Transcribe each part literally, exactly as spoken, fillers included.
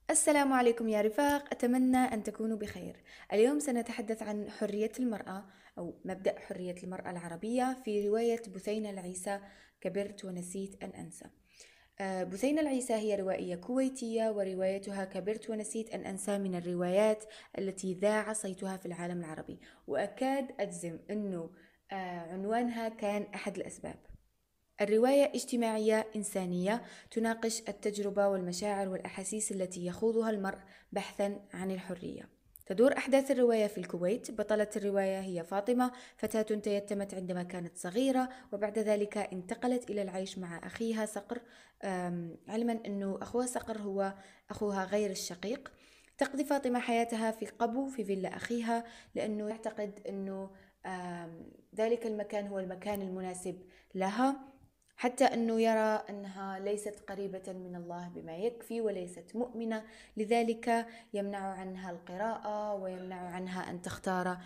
السلام عليكم يا رفاق، أتمنى أن تكونوا بخير. اليوم سنتحدث عن حرية المرأة أو مبدأ حرية المرأة العربية في رواية بثينة العيسى كبرت ونسيت أن أنسى. آه، بثينة العيسى هي روائية كويتية، وروايتها كبرت ونسيت أن أنسى من الروايات التي ذاع صيتها في العالم العربي، وأكاد أجزم أنه آه، عنوانها كان أحد الأسباب. الرواية اجتماعية إنسانية تناقش التجربة والمشاعر والأحاسيس التي يخوضها المرء بحثا عن الحرية. تدور أحداث الرواية في الكويت. بطلة الرواية هي فاطمة، فتاة تيتمت عندما كانت صغيرة، وبعد ذلك انتقلت إلى العيش مع أخيها صقر، علما أنه أخوها صقر هو أخوها غير الشقيق. تقضي فاطمة حياتها في قبو في فيلا أخيها، لأنه يعتقد أنه ذلك المكان هو المكان المناسب لها، حتى أنه يرى أنها ليست قريبة من الله بما يكفي وليست مؤمنة، لذلك يمنع عنها القراءة ويمنع عنها أن تختار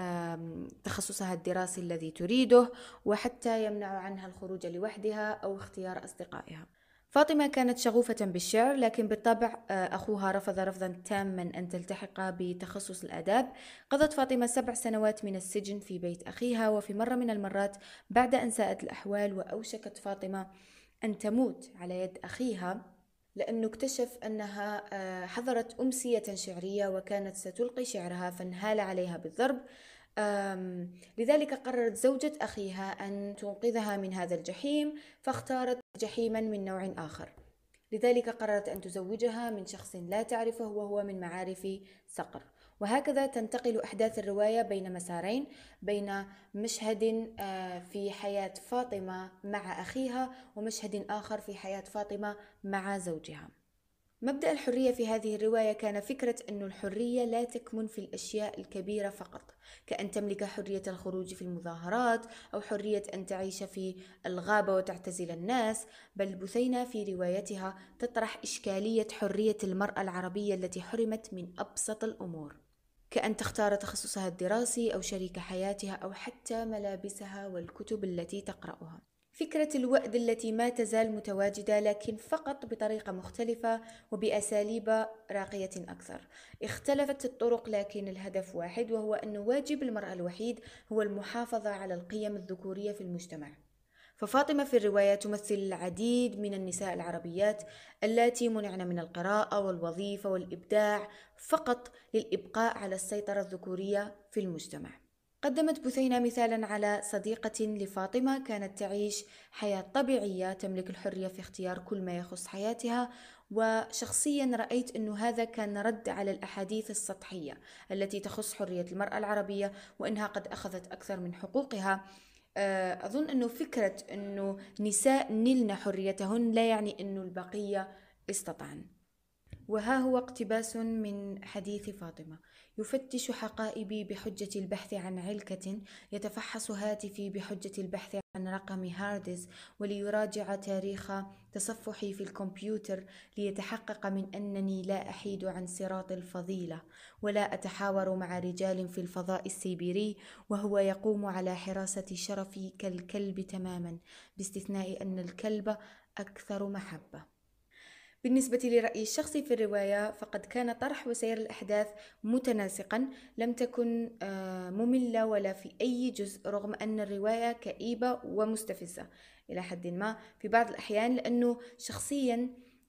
تخصصها الدراسي الذي تريده، وحتى يمنع عنها الخروج لوحدها أو اختيار أصدقائها. فاطمة كانت شغوفة بالشعر، لكن بالطبع أخوها رفض رفضا تاما أن تلتحق بتخصص الآداب. قضت فاطمة سبع سنوات من السجن في بيت أخيها، وفي مرة من المرات بعد أن ساءت الأحوال وأوشكت فاطمة أن تموت على يد أخيها، لأنه اكتشف أنها حضرت أمسية شعرية وكانت ستلقي شعرها، فانهال عليها بالضرب. لذلك قررت زوجة أخيها أن تنقذها من هذا الجحيم، فاختارت جحيما من نوع آخر. لذلك قررت أن تزوجها من شخص لا تعرفه وهو من معارف صقر. وهكذا تنتقل أحداث الرواية بين مسارين، بين مشهد في حياة فاطمة مع أخيها ومشهد آخر في حياة فاطمة مع زوجها. مبدأ الحرية في هذه الرواية كان فكرة أن الحرية لا تكمن في الأشياء الكبيرة فقط، كأن تملك حرية الخروج في المظاهرات أو حرية أن تعيش في الغابة وتعتزل الناس، بل بثينة في روايتها تطرح إشكالية حرية المرأة العربية التي حرمت من أبسط الأمور، كأن تختار تخصصها الدراسي أو شريك حياتها أو حتى ملابسها والكتب التي تقرأها. فكرة الوأد التي ما تزال متواجدة، لكن فقط بطريقة مختلفة وبأساليب راقية أكثر. اختلفت الطرق لكن الهدف واحد، وهو أن واجب المرأة الوحيد هو المحافظة على القيم الذكورية في المجتمع. ففاطمة في الرواية تمثل العديد من النساء العربيات اللاتي منعن من القراءة والوظيفة والإبداع فقط للإبقاء على السيطرة الذكورية في المجتمع. قدمت بثينة مثالا على صديقة لفاطمة كانت تعيش حياة طبيعية، تملك الحرية في اختيار كل ما يخص حياتها، وشخصيا رأيت أن هذا كان رد على الأحاديث السطحية التي تخص حرية المرأة العربية وإنها قد أخذت أكثر من حقوقها. أظن أنه فكرة أنه نساء نلن حريتهن لا يعني أنه البقية استطعن. وها هو اقتباس من حديث فاطمة: يفتش حقائبي بحجة البحث عن علكة، يتفحص هاتفي بحجة البحث عن رقم هاردز، وليراجع تاريخ تصفحي في الكمبيوتر ليتحقق من أنني لا أحيد عن صراط الفضيلة، ولا أتحاور مع رجال في الفضاء السيبيري وهو يقوم على حراسة شرفي كالكلب تماما، باستثناء أن الكلب أكثر محبة. بالنسبة لرأيي الشخصي في الرواية، فقد كان طرح وسير الأحداث متناسقا، لم تكن مملة ولا في أي جزء، رغم أن الرواية كئيبة ومستفزة إلى حد ما في بعض الأحيان، لأنه شخصيا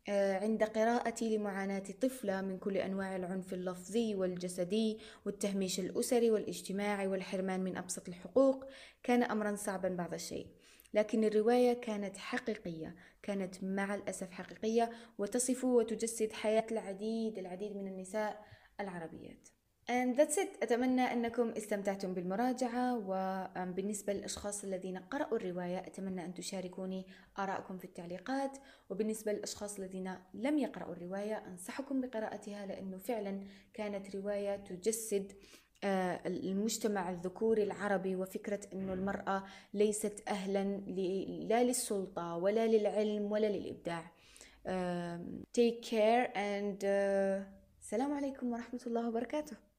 عند قراءتي لمعاناة طفلة من كل أنواع العنف اللفظي والجسدي والتهميش الأسري والاجتماعي والحرمان من أبسط الحقوق، كان أمرا صعبا بعض الشيء. لكن الرواية كانت حقيقية، كانت مع الأسف حقيقية، وتصف وتجسد حياة العديد العديد من النساء العربيات. And that's it. أتمنى أنكم استمتعتم بالمراجعة، وبالنسبة للأشخاص الذين قرأوا الرواية أتمنى أن تشاركوني آراءكم في التعليقات، وبالنسبة للأشخاص الذين لم يقرأوا الرواية أنصحكم بقراءتها، لأنه فعلا كانت رواية تجسد المجتمع الذكوري العربي، وفكرة أن المرأة ليست أهلا لا للسلطة ولا للعلم ولا للإبداع. Take care and السلام عليكم ورحمة الله وبركاته.